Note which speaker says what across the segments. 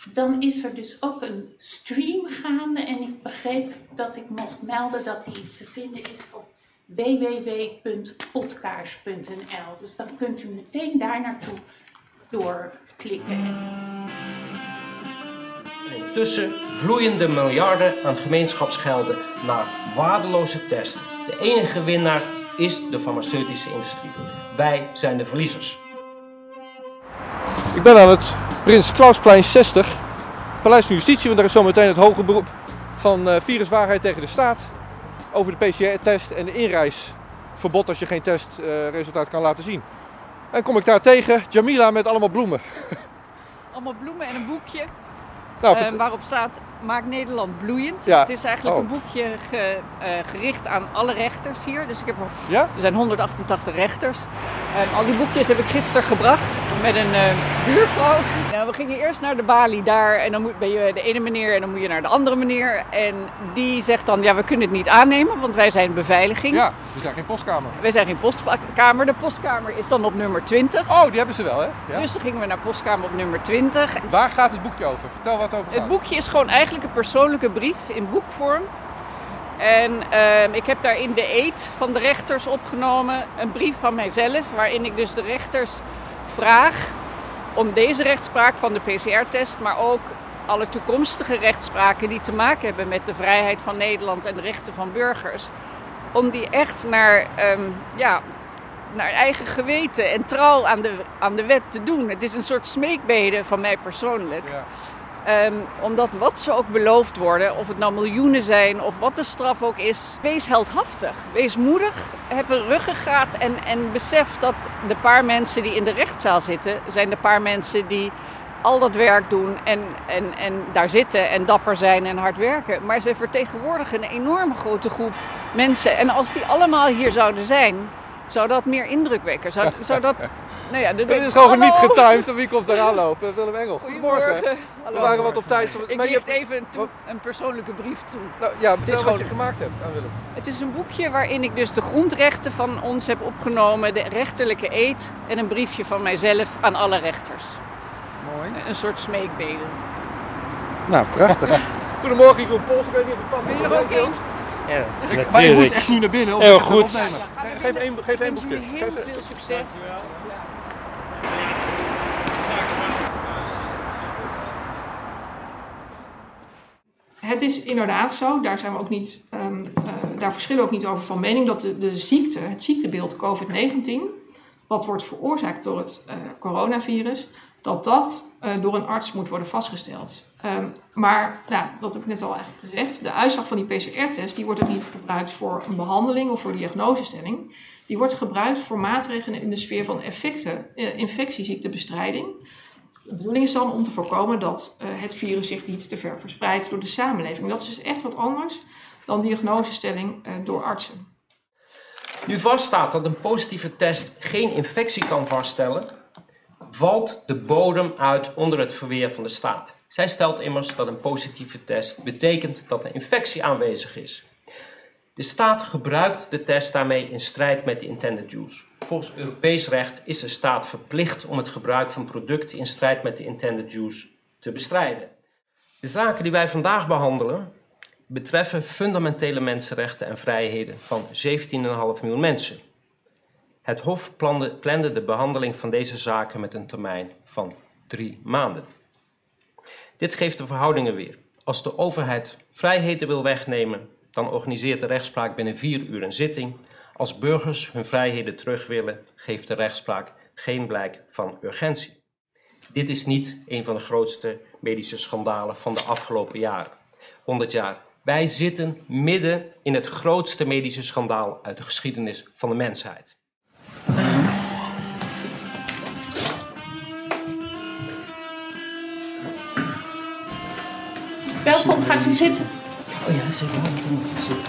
Speaker 1: dan is er dus ook een stream gaande. En ik begreep dat ik mocht melden dat die te vinden is op www.podkaars.nl. Dus dan kunt u meteen daar naartoe doorklikken.
Speaker 2: Intussen vloeien de miljarden aan gemeenschapsgelden naar waardeloze testen. De enige winnaar is de farmaceutische industrie. Wij zijn de verliezers.
Speaker 3: Ik ben aan het Prins Klausplein 60, Paleis van Justitie, want daar is zometeen het hoge beroep van viruswaarheid tegen de staat over de PCR-test en de inreisverbod als je geen testresultaat kan laten zien. En kom ik daar tegen Jamila met allemaal bloemen.
Speaker 4: Allemaal bloemen en een boekje
Speaker 3: Nou,
Speaker 4: waarop staat Maak Nederland bloeiend.
Speaker 3: Ja.
Speaker 4: Het is eigenlijk een boekje gericht aan alle rechters hier. Dus ik heb
Speaker 3: Ja?
Speaker 4: Er zijn 188 rechters. Al die boekjes heb ik gisteren gebracht met een buurvrouw. Nou, we gingen eerst naar de balie daar en dan ben je de ene meneer en dan moet je naar de andere meneer. En die zegt dan, ja, we kunnen het niet aannemen, want wij zijn beveiliging.
Speaker 3: Ja, we zijn geen postkamer.
Speaker 4: Wij zijn geen postkamer. De postkamer is dan op nummer 20.
Speaker 3: Oh, die hebben ze wel, hè? Ja.
Speaker 4: Dus dan gingen we naar postkamer op nummer 20.
Speaker 3: Waar gaat het boekje over? Vertel wat over gaat.
Speaker 4: Het boekje is gewoon eigenlijk een persoonlijke brief in boekvorm. En ik heb daarin de eed van de rechters opgenomen. Een brief van mijzelf, waarin ik dus de rechters vraag om deze rechtspraak van de PCR-test, maar ook alle toekomstige rechtspraken die te maken hebben met de vrijheid van Nederland en de rechten van burgers, om die echt naar eigen geweten en trouw aan de wet te doen. Het is een soort smeekbede van mij persoonlijk.
Speaker 3: Ja.
Speaker 4: Omdat wat ze ook beloofd worden, of het nou miljoenen zijn of wat de straf ook is, wees heldhaftig, wees moedig, heb een ruggengraat en besef dat de paar mensen die in de rechtszaal zitten, zijn de paar mensen die al dat werk doen en daar zitten en dapper zijn en hard werken. Maar ze vertegenwoordigen een enorme grote groep mensen. En als die allemaal hier zouden zijn, zou dat meer indruk wekken. Zou dat... Nou ja,
Speaker 3: Het is gewoon niet getimed. Wie komt eraan lopen? Willem Engel. Goedemorgen.
Speaker 4: Hallo.
Speaker 3: We waren wat op tijd.
Speaker 4: Ik licht even een persoonlijke brief toe.
Speaker 3: Nou, ja, vertel
Speaker 4: gewoon
Speaker 3: wat je gemaakt hebt aan Willem.
Speaker 4: Het is een boekje waarin ik dus de grondrechten van ons heb opgenomen, de rechterlijke eed en een briefje van mijzelf aan alle rechters.
Speaker 3: Mooi.
Speaker 4: Een soort smeekbede.
Speaker 3: Nou, prachtig. Goedemorgen, Jeroen Pols. Ik weet niet of het past.
Speaker 4: Wil je er ook eens?
Speaker 2: Ja,
Speaker 3: Maar je moet echt nu naar binnen om
Speaker 2: Heel
Speaker 3: te
Speaker 2: goed.
Speaker 3: opnemen. Geef één boekje.
Speaker 4: Heel veel succes.
Speaker 5: Het is inderdaad zo, daar zijn we ook niet, daar verschillen we ook niet over van mening, dat de ziekte, het ziektebeeld COVID-19, wat wordt veroorzaakt door het coronavirus, dat door een arts moet worden vastgesteld. Maar, dat heb ik net al eigenlijk gezegd, de uitslag van die PCR-test, die wordt ook niet gebruikt voor een behandeling of voor diagnosestelling. Die wordt gebruikt voor maatregelen in de sfeer van infectieziektebestrijding. De bedoeling is dan om te voorkomen dat het virus zich niet te ver verspreidt door de samenleving. Dat is dus echt wat anders dan diagnosestelling door artsen.
Speaker 2: Nu vaststaat dat een positieve test geen infectie kan vaststellen, valt de bodem uit onder het verweer van de staat. Zij stelt immers dat een positieve test betekent dat een infectie aanwezig is. De staat gebruikt de test daarmee in strijd met de intended use. Volgens Europees recht is de staat verplicht om het gebruik van producten in strijd met de intended use te bestrijden. De zaken die wij vandaag behandelen betreffen fundamentele mensenrechten en vrijheden van 17,5 miljoen mensen. Het Hof plande de behandeling van deze zaken met een termijn van 3 maanden. Dit geeft de verhoudingen weer. Als de overheid vrijheden wil wegnemen, dan organiseert de rechtspraak binnen 4 uur een zitting. Als burgers hun vrijheden terug willen, geeft de rechtspraak geen blijk van urgentie. Dit is niet een van de grootste medische schandalen van de afgelopen jaren. 100 jaar. Wij zitten midden in het grootste medische schandaal uit de geschiedenis van de mensheid.
Speaker 1: Welkom, gaat u zitten.
Speaker 2: Oh ja, zeker. Zitten.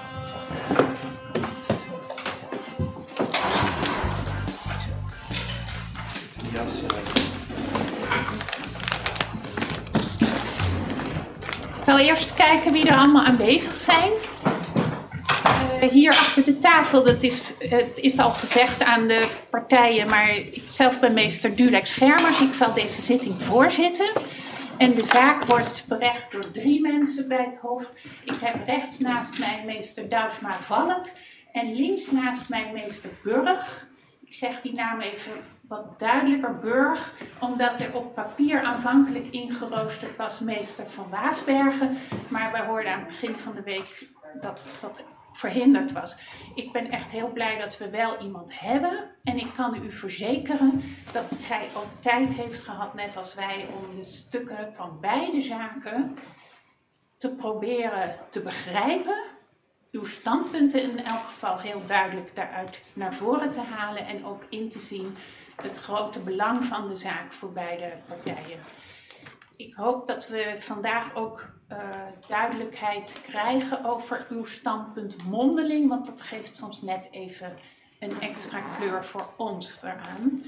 Speaker 1: Ik zal eerst kijken wie er allemaal aanwezig zijn. Hier achter de tafel, het is al gezegd aan de partijen, maar ik zelf ben meester Dulek Schermers. Ik zal deze zitting voorzitten. En de zaak wordt berecht door 3 mensen bij het Hof. Ik heb rechts naast mij meester Douwsma Valk en links naast mij meester Burg. Ik zeg die naam even wat duidelijker, Burg, omdat er op papier aanvankelijk ingeroosterd was meester Van Waasbergen. Maar we hoorden aan het begin van de week dat dat verhinderd was. Ik ben echt heel blij dat we wel iemand hebben. En ik kan u verzekeren dat zij ook tijd heeft gehad, net als wij, om de stukken van beide zaken te proberen te begrijpen. Uw standpunten in elk geval heel duidelijk daaruit naar voren te halen. En ook in te zien het grote belang van de zaak voor beide partijen. Ik hoop dat we vandaag ook duidelijkheid krijgen over uw standpunt mondeling, want dat geeft soms net even een extra kleur voor ons eraan.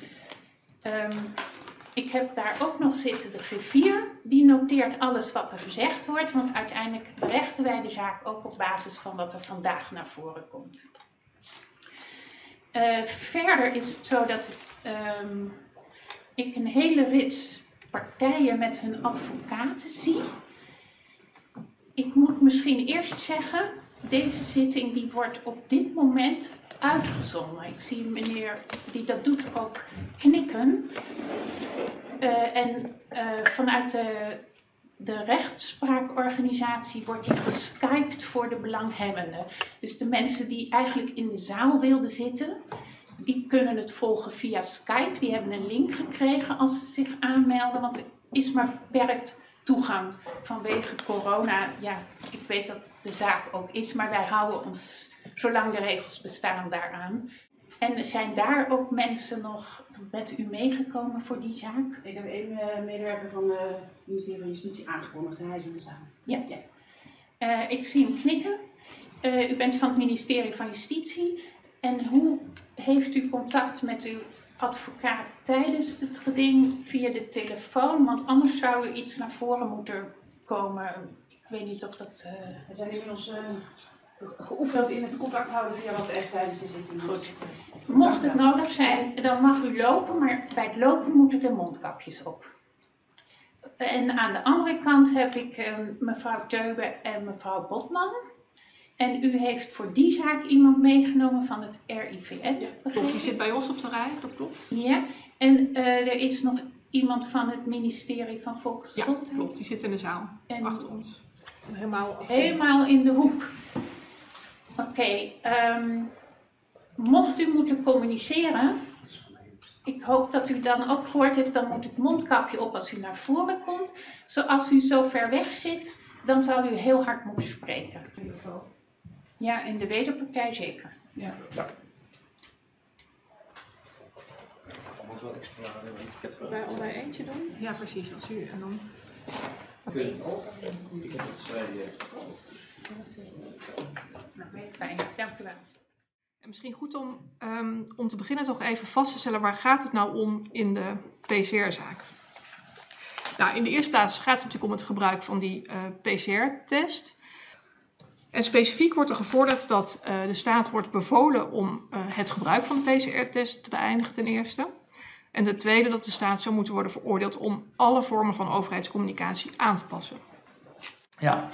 Speaker 1: Ik heb daar ook nog zitten de griffier, die noteert alles wat er gezegd wordt, want uiteindelijk berechten wij de zaak ook op basis van wat er vandaag naar voren komt. Verder is het zo dat ik een hele rits partijen met hun advocaten zie. Ik moet misschien eerst zeggen, deze zitting die wordt op dit moment uitgezonden. Ik zie meneer die dat doet ook knikken. Vanuit de rechtspraakorganisatie wordt die geskyped voor de belanghebbenden. Dus de mensen die eigenlijk in de zaal wilden zitten, die kunnen het volgen via Skype. Die hebben een link gekregen als ze zich aanmelden, want er is maar beperkt toegang vanwege corona. Ja, ik weet dat het de zaak ook is, maar wij houden ons, zolang de regels bestaan, daaraan. En zijn daar ook mensen nog met u meegekomen voor die zaak?
Speaker 6: Ik heb één medewerker van het ministerie van Justitie aangekondigd en hij is in de zaal.
Speaker 1: Ja. Ik zie hem knikken. U bent van het ministerie van Justitie. En hoe heeft u contact met uw advocaat tijdens het geding via de telefoon? Want anders zou er iets naar voren moeten komen. Ik weet niet of dat...
Speaker 6: We zijn inmiddels geoefend in het contact houden via WhatsApp tijdens de zitting.
Speaker 1: Goed. Mocht het nodig zijn, dan mag u lopen, maar bij het lopen moeten de mondkapjes op. En aan de andere kant heb ik mevrouw Teube en mevrouw Botman. En u heeft voor die zaak iemand meegenomen van het RIVM.
Speaker 5: Ja, klopt. Die zit bij ons op de rij, dat klopt.
Speaker 1: Ja, en er is nog iemand van het ministerie van Volksgezondheid.
Speaker 5: Ja, klopt. Die zit in de zaal,
Speaker 1: en
Speaker 5: achter ons. Helemaal
Speaker 1: in de hoek. Oké, mocht u moeten communiceren, ik hoop dat u dan ook gehoord heeft, dan moet het mondkapje op als u naar voren komt. Zoals u zo ver weg zit, dan zal u heel hard moeten spreken. Ja, in de wederpartij zeker.
Speaker 5: Ja.
Speaker 6: Wij allebei eentje doen?
Speaker 5: Ja, precies. Als u en dan...
Speaker 1: Nou, fijn, dank u wel.
Speaker 5: En misschien goed om te beginnen toch even vast te stellen, waar gaat het nou om in de PCR-zaak? Nou, in de eerste plaats gaat het natuurlijk om het gebruik van die PCR-test. En specifiek wordt er gevorderd dat de staat wordt bevolen om het gebruik van de PCR-test te beëindigen ten eerste. En ten tweede dat de staat zou moeten worden veroordeeld om alle vormen van overheidscommunicatie aan te passen.
Speaker 7: Ja,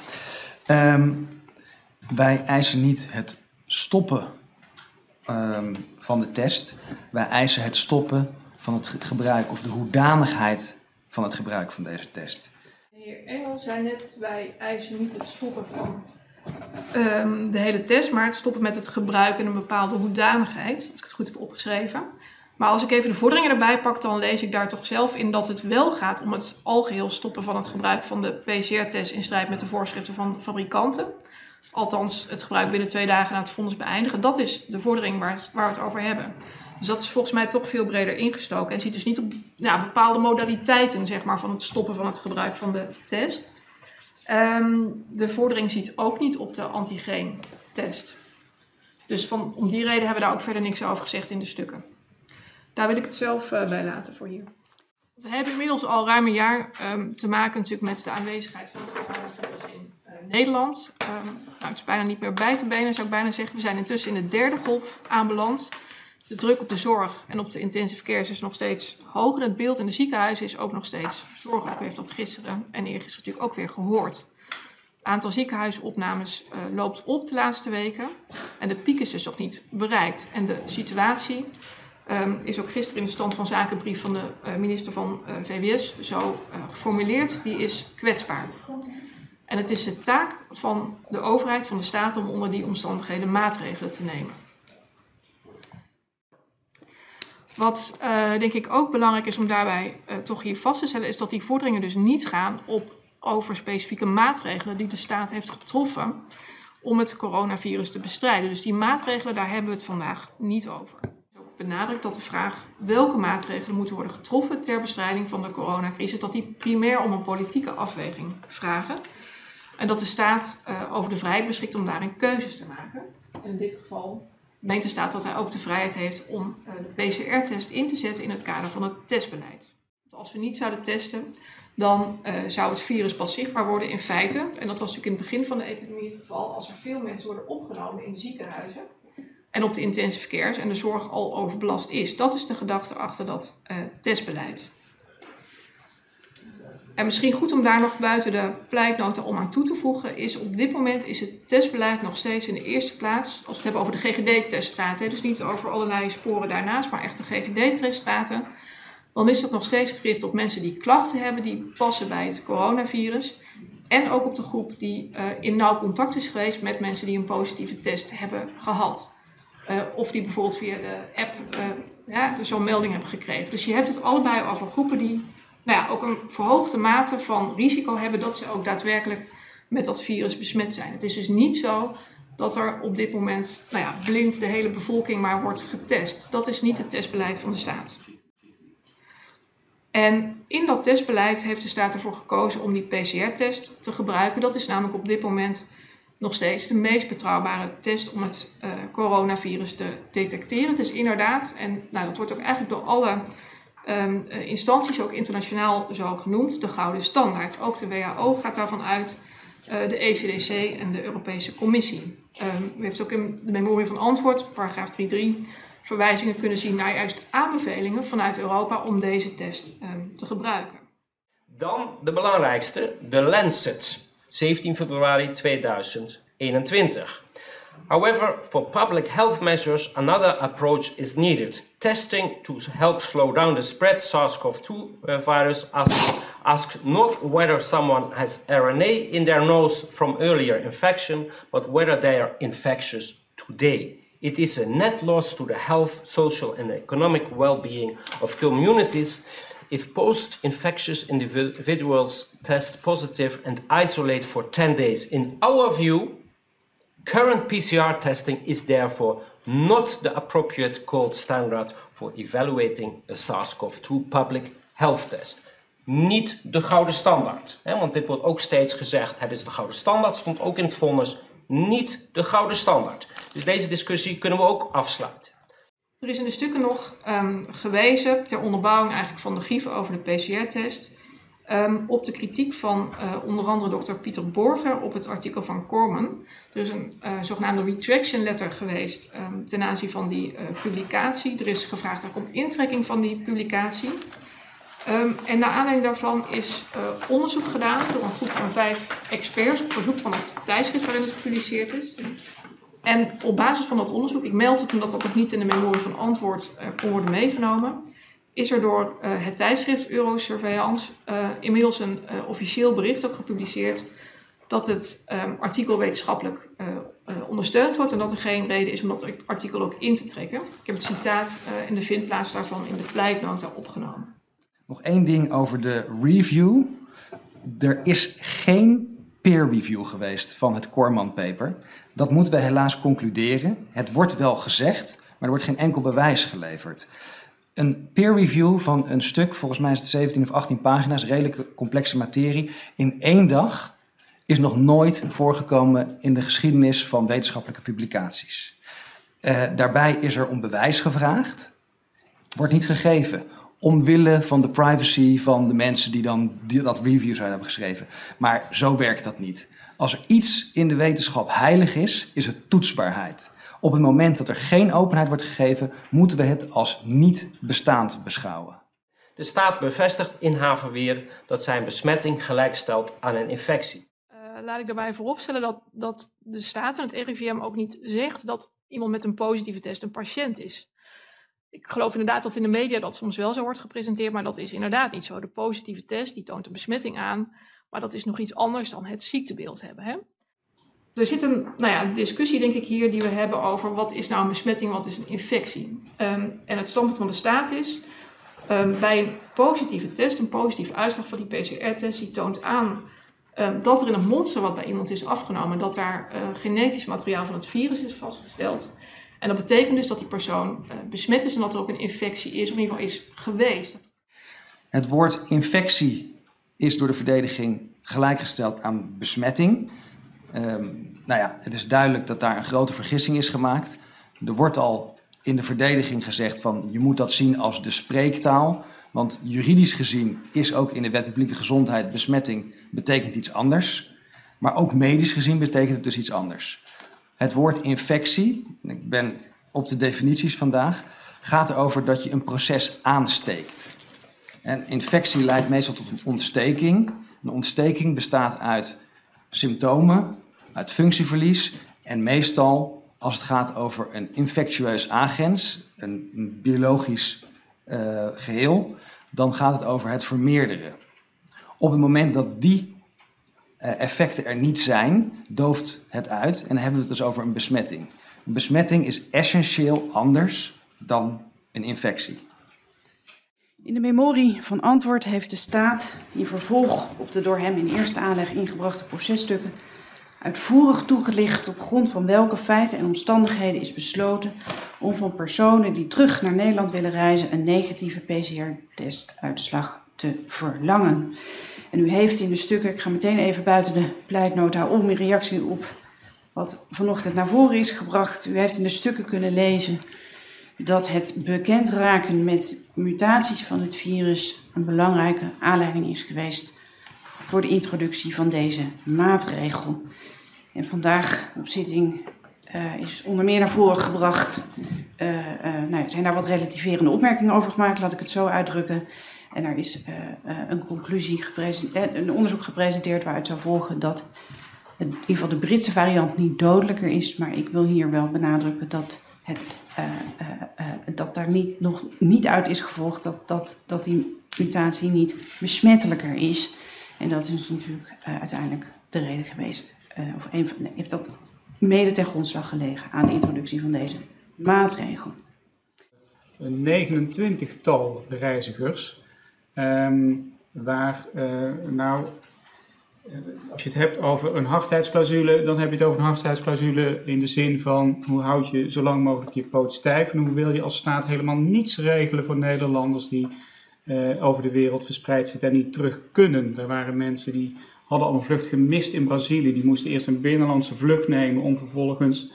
Speaker 7: wij eisen niet het stoppen van de test. Wij eisen het stoppen van het gebruik of de hoedanigheid van het gebruik van deze test.
Speaker 5: De heer Engel zei net, wij eisen niet het stoppen van de hele test, maar het stoppen met het gebruik in een bepaalde hoedanigheid, als ik het goed heb opgeschreven. Maar als ik even de vorderingen erbij pak, dan lees ik daar toch zelf in dat het wel gaat om het algeheel stoppen van het gebruik van de PCR-test in strijd met de voorschriften van de fabrikanten. Althans, het gebruik binnen 2 dagen na het vonnis beëindigen. Dat is de vordering waar we het over hebben. Dus dat is volgens mij toch veel breder ingestoken. En ziet dus niet op bepaalde modaliteiten zeg maar, van het stoppen van het gebruik van de test. De vordering ziet ook niet op de antigeentest. Dus om die reden hebben we daar ook verder niks over gezegd in de stukken. Daar wil ik het zelf bij laten voor hier. We hebben inmiddels al ruim een jaar te maken natuurlijk met de aanwezigheid van het coronavirus in Nederland. Het is bijna niet meer bij te benen, zou ik bijna zeggen. We zijn intussen in de 3e golf aanbeland. De druk op de zorg en op de intensive care is nog steeds hoog in het beeld. En de ziekenhuizen is ook nog steeds zorg. U heeft dat gisteren en eergisteren natuurlijk ook weer gehoord. Het aantal ziekenhuisopnames loopt op de laatste weken. En de piek is dus nog niet bereikt. En de situatie is ook gisteren in de stand van zakenbrief van de minister van VWS zo geformuleerd. Die is kwetsbaar. En het is de taak van de overheid, van de staat, om onder die omstandigheden maatregelen te nemen. Wat denk ik ook belangrijk is om daarbij toch hier vast te stellen, is dat die vorderingen dus niet gaan over specifieke maatregelen die de staat heeft getroffen om het coronavirus te bestrijden. Dus die maatregelen, daar hebben we het vandaag niet over. Ook benadrukt dat de vraag welke maatregelen moeten worden getroffen ter bestrijding van de coronacrisis, dat die primair om een politieke afweging vragen. En dat de staat over de vrijheid beschikt om daarin keuzes te maken. En in dit geval meent de staat dat hij ook de vrijheid heeft om de PCR-test in te zetten in het kader van het testbeleid. Want als we niet zouden testen, dan zou het virus pas zichtbaar worden in feite. En dat was natuurlijk in het begin van de epidemie het geval. Als er veel mensen worden opgenomen in ziekenhuizen en op de intensive cares en de zorg al overbelast is. Dat is de gedachte achter dat testbeleid. En misschien goed om daar nog buiten de pleitnota om aan toe te voegen, is op dit moment is het testbeleid nog steeds in de eerste plaats, als we het hebben over de GGD-teststraten, dus niet over allerlei sporen daarnaast, maar echt de GGD-teststraten, dan is dat nog steeds gericht op mensen die klachten hebben, die passen bij het coronavirus. En ook op de groep die in nauw contact is geweest met mensen die een positieve test hebben gehad. Of die bijvoorbeeld via de app zo'n melding hebben gekregen. Dus je hebt het allebei over groepen die ook een verhoogde mate van risico hebben dat ze ook daadwerkelijk met dat virus besmet zijn. Het is dus niet zo dat er op dit moment blind de hele bevolking maar wordt getest. Dat is niet het testbeleid van de staat. En in dat testbeleid heeft de staat ervoor gekozen om die PCR-test te gebruiken. Dat is namelijk op dit moment nog steeds de meest betrouwbare test om het coronavirus te detecteren. Het is inderdaad, en dat wordt ook eigenlijk door alle instanties, ook internationaal zo genoemd, de gouden standaard. Ook de WHO gaat daarvan uit, de ECDC en de Europese Commissie. U heeft ook in de memorie van antwoord, paragraaf 3.3, verwijzingen kunnen zien naar juist aanbevelingen vanuit Europa om deze test te gebruiken.
Speaker 2: Dan de belangrijkste, de Lancet, 17 februari 2021. However, for public health measures, another approach is needed. Testing to help slow down the spread SARS-CoV-2 virus asks not whether someone has RNA in their nose from earlier infection, but whether they are infectious today. It is a net loss to the health, social and economic well-being of communities if post-infectious individuals test positive and isolate for 10 days. In our view, current PCR testing is therefore not the appropriate gold standard for evaluating a SARS-CoV-2 public health test. Niet de gouden standaard. Want dit wordt ook steeds gezegd, het is de gouden standaard, stond ook in het vonnis. Niet de gouden standaard. Dus deze discussie kunnen we ook afsluiten.
Speaker 5: Er is in de stukken nog gewezen, ter onderbouwing eigenlijk van de grieven over de PCR-test, op de kritiek van onder andere dokter Pieter Borger op het artikel van Corman. Er is een zogenaamde retraction letter geweest ten aanzien van die publicatie. Er is gevraagd, er komt intrekking van die publicatie. En naar aanleiding daarvan is onderzoek gedaan door een groep van 5 experts op verzoek van het tijdschrift waarin het gepubliceerd is. En op basis van dat onderzoek, ik meld het omdat dat nog niet in de memorie van antwoord kon worden meegenomen, is er door het tijdschrift Eurosurveillance inmiddels een officieel bericht ook gepubliceerd dat het artikel wetenschappelijk ondersteund wordt en dat er geen reden is om dat artikel ook in te trekken. Ik heb het citaat en de vindplaats daarvan in de pleitnota opgenomen.
Speaker 7: Nog één ding over de review. Er is geen peer review geweest van het Corman paper. Dat moeten we helaas concluderen. Het wordt wel gezegd, maar er wordt geen enkel bewijs geleverd. Een peer review van een stuk, volgens mij is het 17 of 18 pagina's, redelijk complexe materie, in 1 dag is nog nooit voorgekomen in de geschiedenis van wetenschappelijke publicaties. Daarbij is er om bewijs gevraagd, wordt niet gegeven. Omwille van de privacy van de mensen die dat review zouden hebben geschreven. Maar zo werkt dat niet. Als er iets in de wetenschap heilig is, is het toetsbaarheid. Op het moment dat er geen openheid wordt gegeven, moeten we het als niet bestaand beschouwen.
Speaker 2: De staat bevestigt in haar verweer dat zij een besmetting gelijkstelt aan een infectie.
Speaker 5: Laat ik daarbij vooropstellen dat de staat en het RIVM ook niet zegt dat iemand met een positieve test een patiënt is. Ik geloof inderdaad dat in de media dat soms wel zo wordt gepresenteerd, maar dat is inderdaad niet zo. De positieve test die toont een besmetting aan, maar dat is nog iets anders dan het ziektebeeld hebben. Hè? Er zit een discussie, denk ik, hier die we hebben over wat is nou een besmetting, wat is een infectie. En het standpunt van de staat is, bij een positieve test, een positieve uitslag van die PCR-test, die toont aan dat er in het monster wat bij iemand is afgenomen, dat daar genetisch materiaal van het virus is vastgesteld. En dat betekent dus dat die persoon besmet is en dat er ook een infectie is, of in ieder geval is geweest.
Speaker 7: Het woord infectie is door de verdediging gelijkgesteld aan besmetting. Het is duidelijk dat daar een grote vergissing is gemaakt. Er wordt al in de verdediging gezegd van je moet dat zien als de spreektaal. Want juridisch gezien is ook in de wet publieke gezondheid besmetting betekent iets anders. Maar ook medisch gezien betekent het dus iets anders. Het woord infectie, en ik ben op de definities vandaag, gaat erover dat je een proces aansteekt. En infectie leidt meestal tot een ontsteking. Een ontsteking bestaat uit symptomen, uit functieverlies en meestal als het gaat over een infectieus agens, een biologisch geheel, dan gaat het over het vermeerderen. Op het moment dat die effecten er niet zijn, dooft het uit en dan hebben we het dus over een besmetting. Een besmetting is essentieel anders dan een infectie.
Speaker 8: In de memorie van antwoord heeft de staat in vervolg op de door hem in eerste aanleg ingebrachte processtukken uitvoerig toegelicht op grond van welke feiten en omstandigheden is besloten om van personen die terug naar Nederland willen reizen een negatieve PCR-testuitslag te verlangen. En u heeft in de stukken, ik ga meteen even buiten de pleitnota om in reactie op wat vanochtend naar voren is gebracht. U heeft in de stukken kunnen lezen dat het bekend raken met mutaties van het virus een belangrijke aanleiding is geweest voor de introductie van deze maatregel. En vandaag op zitting is onder meer naar voren gebracht, zijn daar wat relativerende opmerkingen over gemaakt, laat ik het zo uitdrukken. En er is een onderzoek gepresenteerd waaruit zou volgen dat in ieder geval de Britse variant niet dodelijker is, maar ik wil hier wel benadrukken dat dat daar nog niet uit is gevolgd dat die mutatie niet besmettelijker is. En dat is natuurlijk uiteindelijk de reden geweest, heeft dat mede ten grondslag gelegen aan de introductie van deze maatregel.
Speaker 9: Een 29-tal reizigers, als je het hebt over een hardheidsclausule, dan heb je het over een hardheidsclausule in de zin van hoe houd je zo lang mogelijk je poot stijf en hoe wil je als staat helemaal niets regelen voor Nederlanders die over de wereld verspreid zitten en niet terug kunnen. Er waren mensen die hadden al een vlucht gemist in Brazilië, die moesten eerst een binnenlandse vlucht nemen om vervolgens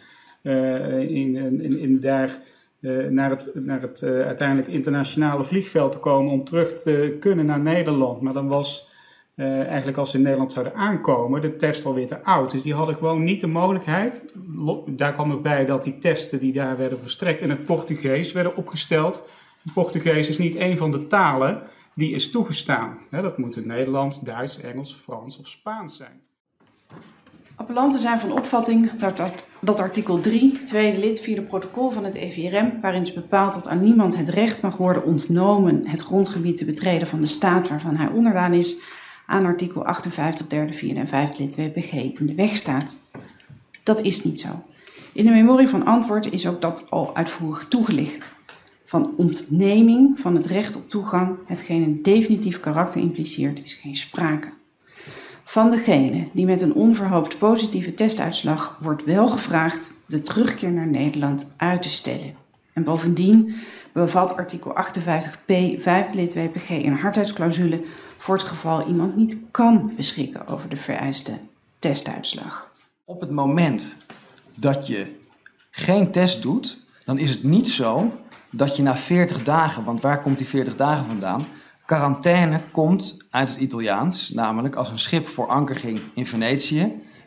Speaker 9: naar het uiteindelijk internationale vliegveld te komen om terug te kunnen naar Nederland. Maar dan was eigenlijk als ze in Nederland zouden aankomen de test alweer te oud. Dus die hadden gewoon niet de mogelijkheid. Daar kwam nog bij dat die testen die daar werden verstrekt in het Portugees werden opgesteld. Het Portugees is niet een van de talen die is toegestaan. Dat moet het Nederlands, Duits, Engels, Frans of Spaans zijn.
Speaker 8: Appellanten zijn van opvatting dat artikel 3, tweede lid, vierde protocol van het EVRM, waarin is bepaald dat aan niemand het recht mag worden ontnomen het grondgebied te betreden van de staat waarvan hij onderdaan is, aan artikel 58, derde, vierde en vijfde lid WPG in de weg staat. Dat is niet zo. In de memorie van antwoord is ook dat al uitvoerig toegelicht. Van ontneming van het recht op toegang, hetgeen een definitief karakter impliceert, is geen sprake. Van degene die met een onverhoopt positieve testuitslag wordt wel gevraagd de terugkeer naar Nederland uit te stellen. En bovendien bevat artikel 58p, vijfde lid WPG een hardheidsclausule voor het geval iemand niet kan beschikken over de vereiste testuitslag.
Speaker 7: Op het moment dat je geen test doet, dan is het niet zo dat je na 40 dagen, want waar komt die 40 dagen vandaan? Quarantaine komt uit het Italiaans, namelijk als een schip voor anker ging in Venetië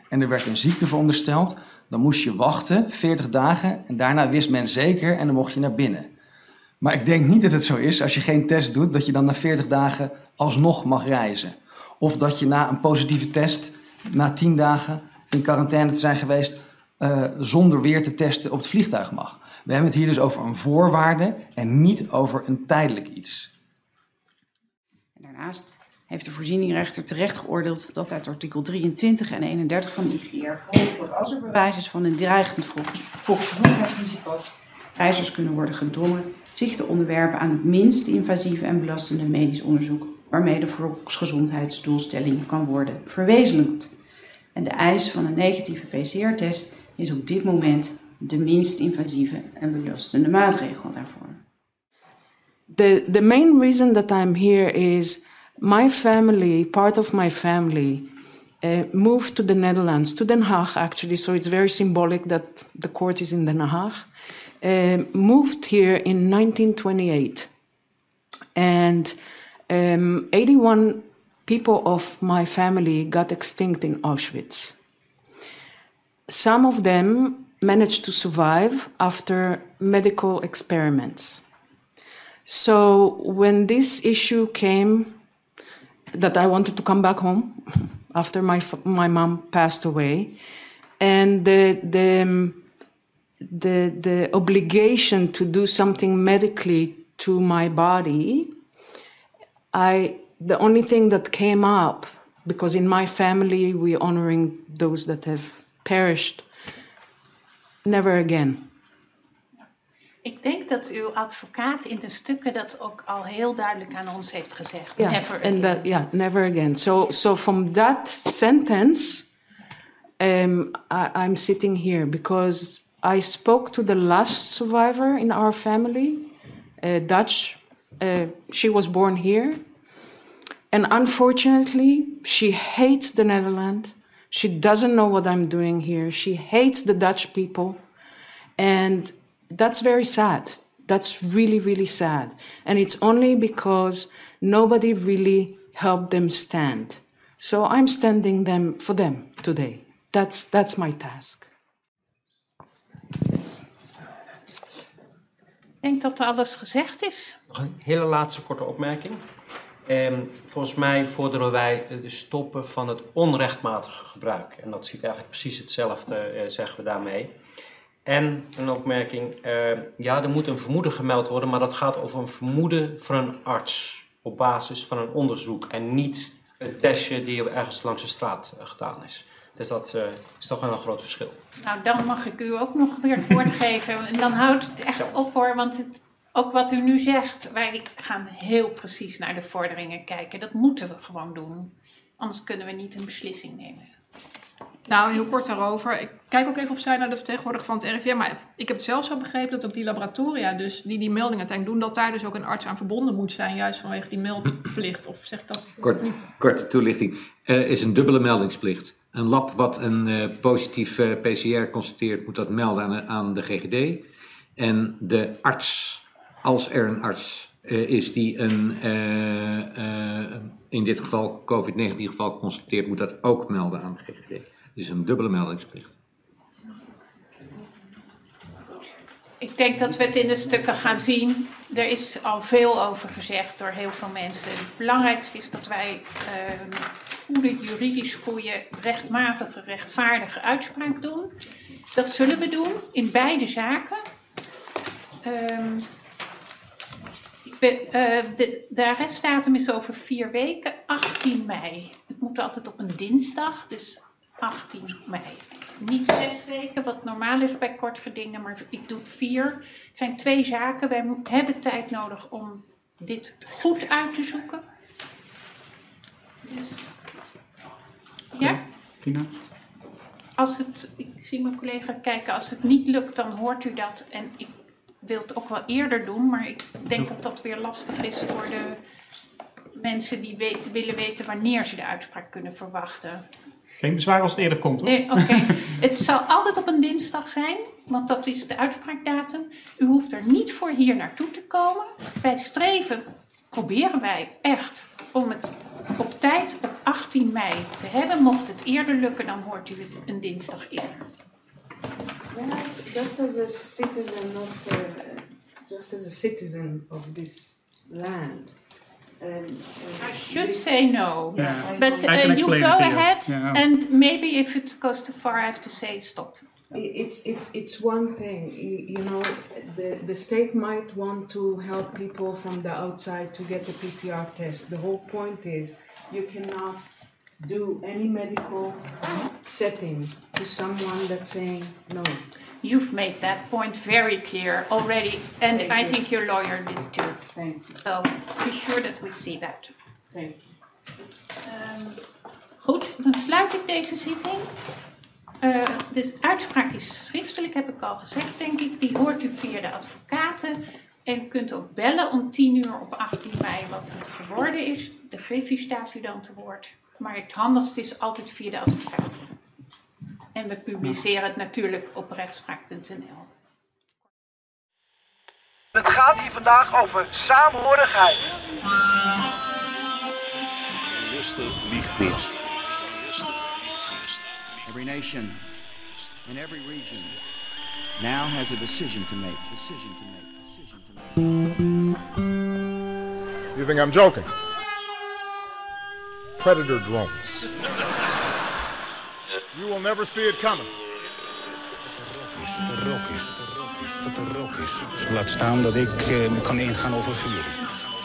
Speaker 7: en er werd een ziekte verondersteld, dan moest je wachten 40 dagen en daarna wist men zeker en dan mocht je naar binnen. Maar ik denk niet dat het zo is, als je geen test doet, dat je dan na 40 dagen alsnog mag reizen. Of dat je na een positieve test, na 10 dagen in quarantaine te zijn geweest, zonder weer te testen op het vliegtuig mag. We hebben het hier dus over een voorwaarde en niet over een tijdelijk iets.
Speaker 8: Daarnaast heeft de voorzieningrechter terecht geoordeeld dat uit artikel 23 en 31 van de IGR volgt dat als er bewijs is van een dreigend volksgezondheidsrisico, reizigers kunnen worden gedwongen zich te onderwerpen aan het minst invasieve en belastende medisch onderzoek waarmee de volksgezondheidsdoelstelling kan worden verwezenlijkt. En de eis van een negatieve PCR-test is op dit moment de minst invasieve en belastende maatregel daarvoor.
Speaker 10: The main reason that I'm here is my family, part of my family, moved to the Netherlands, to Den Haag actually, so it's very symbolic that the court is in Den Haag, moved here in 1928. And 81 people of my family got extinct in Auschwitz. Some of them managed to survive after medical experiments. So when this issue came, that I wanted to come back home after my mom passed away, and the obligation to do something medically to my body, the only thing that came up, because in my family we're honoring those that have perished, never again.
Speaker 1: Ik denk dat uw advocaat in de stukken dat ook al heel duidelijk aan ons heeft gezegd.
Speaker 10: Yeah,
Speaker 1: never again.
Speaker 10: And never again. So from that sentence, I'm sitting here because I spoke to the last survivor in our family, Dutch. She was born here. And unfortunately, she hates the Netherlands. She doesn't know what I'm doing here. She hates the Dutch people. And that's very sad. That's really, really sad. And it's only because nobody really helped them stand. So I'm standing for them today. That's my task.
Speaker 1: Ik denk dat alles gezegd is.
Speaker 2: Nog een hele laatste korte opmerking. Volgens mij vorderen wij de stoppen van het onrechtmatige gebruik. En dat ziet eigenlijk precies hetzelfde, zeggen we daarmee. En een opmerking, er moet een vermoeden gemeld worden, maar dat gaat over een vermoeden van een arts op basis van een onderzoek en niet een testje die ergens langs de straat gedaan is. Dus dat is toch wel een groot verschil.
Speaker 1: Nou, dan mag ik u ook nog weer het woord geven. En dan houdt het echt op hoor, want ook wat u nu zegt, wij gaan heel precies naar de vorderingen kijken. Dat moeten we gewoon doen, anders kunnen we niet een beslissing nemen.
Speaker 5: Nou, heel kort daarover. Ik kijk ook even opzij naar de vertegenwoordiger van het RIVM. Maar ik heb het zelf zo begrepen dat ook die laboratoria, dus die meldingen uiteindelijk doen, dat daar dus ook een arts aan verbonden moet zijn, juist vanwege die meldplicht. Of zeg ik dat niet?
Speaker 11: Korte toelichting. Er is een dubbele meldingsplicht. Een lab wat een positief PCR constateert, moet dat melden aan de GGD. En de arts, als er een arts is die in dit geval COVID-19 geval constateert, moet dat ook melden aan de GGD. Dus een dubbele meldingsplicht.
Speaker 1: Ik denk dat we het in de stukken gaan zien. Er is al veel over gezegd door heel veel mensen. Het belangrijkste is dat wij juridisch goede, rechtmatige, rechtvaardige uitspraak doen. Dat zullen we doen in beide zaken. De arrestdatum is over 4 weken, 18 mei. Het moet altijd op een dinsdag, dus 18 mei. Niet 6 weken, wat normaal is bij kort gedingen, maar ik doe 4. Het zijn 2 zaken. Wij hebben tijd nodig om dit goed uit te zoeken. Dus, ja?
Speaker 9: Prima.
Speaker 1: Ik zie mijn collega kijken, als het niet lukt, dan hoort u dat. En ik wil het ook wel eerder doen, maar ik denk dat dat weer lastig is voor de mensen die willen weten wanneer ze de uitspraak kunnen verwachten.
Speaker 9: Geen bezwaar als het eerder komt, hoor.
Speaker 1: Nee, oké. Het zal altijd op een dinsdag zijn, want dat is de uitspraakdatum. U hoeft er niet voor hier naartoe te komen. Bij streven proberen wij echt om het op tijd op 18 mei te hebben. Mocht het eerder lukken, dan hoort u het een dinsdag eerder.
Speaker 10: Just as a citizen of this land.
Speaker 1: I should say no, but
Speaker 9: you
Speaker 1: go ahead, and maybe if it goes too far, I have to say stop.
Speaker 10: It's one thing, you know, the state might want to help people from the outside to get the PCR test. The whole point is you cannot do any medical setting to someone that's saying no.
Speaker 1: You've made that point very clear already, and I think your lawyer did too.
Speaker 10: Thank you.
Speaker 1: So be sure that we see that.
Speaker 10: Thank you.
Speaker 1: Goed, dan sluit ik deze zitting. De uitspraak is schriftelijk, heb ik al gezegd, denk ik. Die hoort u via de advocaten. En u kunt ook bellen om 10 uur op 18 mei wat het geworden is. De griffie staat u dan te woord. Maar het handigste is altijd via de advocaten. En we publiceren het natuurlijk op rechtspraak.nl.
Speaker 12: Het gaat hier vandaag over saamhorigheid.
Speaker 13: Liegt niet. Every nation in every region now has a decision to make.
Speaker 14: You think I'm joking? Predator drones. You will never see it coming.
Speaker 13: Dat er rook is. Laat staan dat ik kan ingaan over vuur.